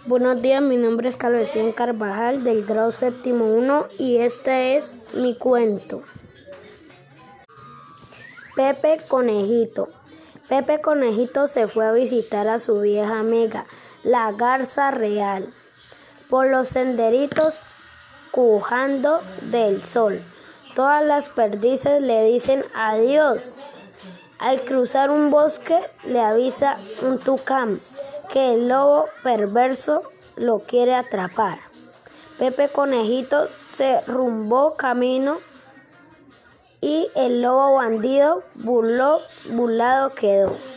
Buenos días, mi nombre es Carlos Carvajal del grado séptimo 1 y este es mi cuento. Pepe Conejito. Pepe Conejito se fue a visitar a su vieja amiga, la garza real, por los senderitos cujando del sol. Todas las perdices le dicen adiós. Al cruzar un bosque le avisa un tucán que el lobo perverso lo quiere atrapar. Pepe Conejito se rumbó camino y el lobo bandido burlado quedó.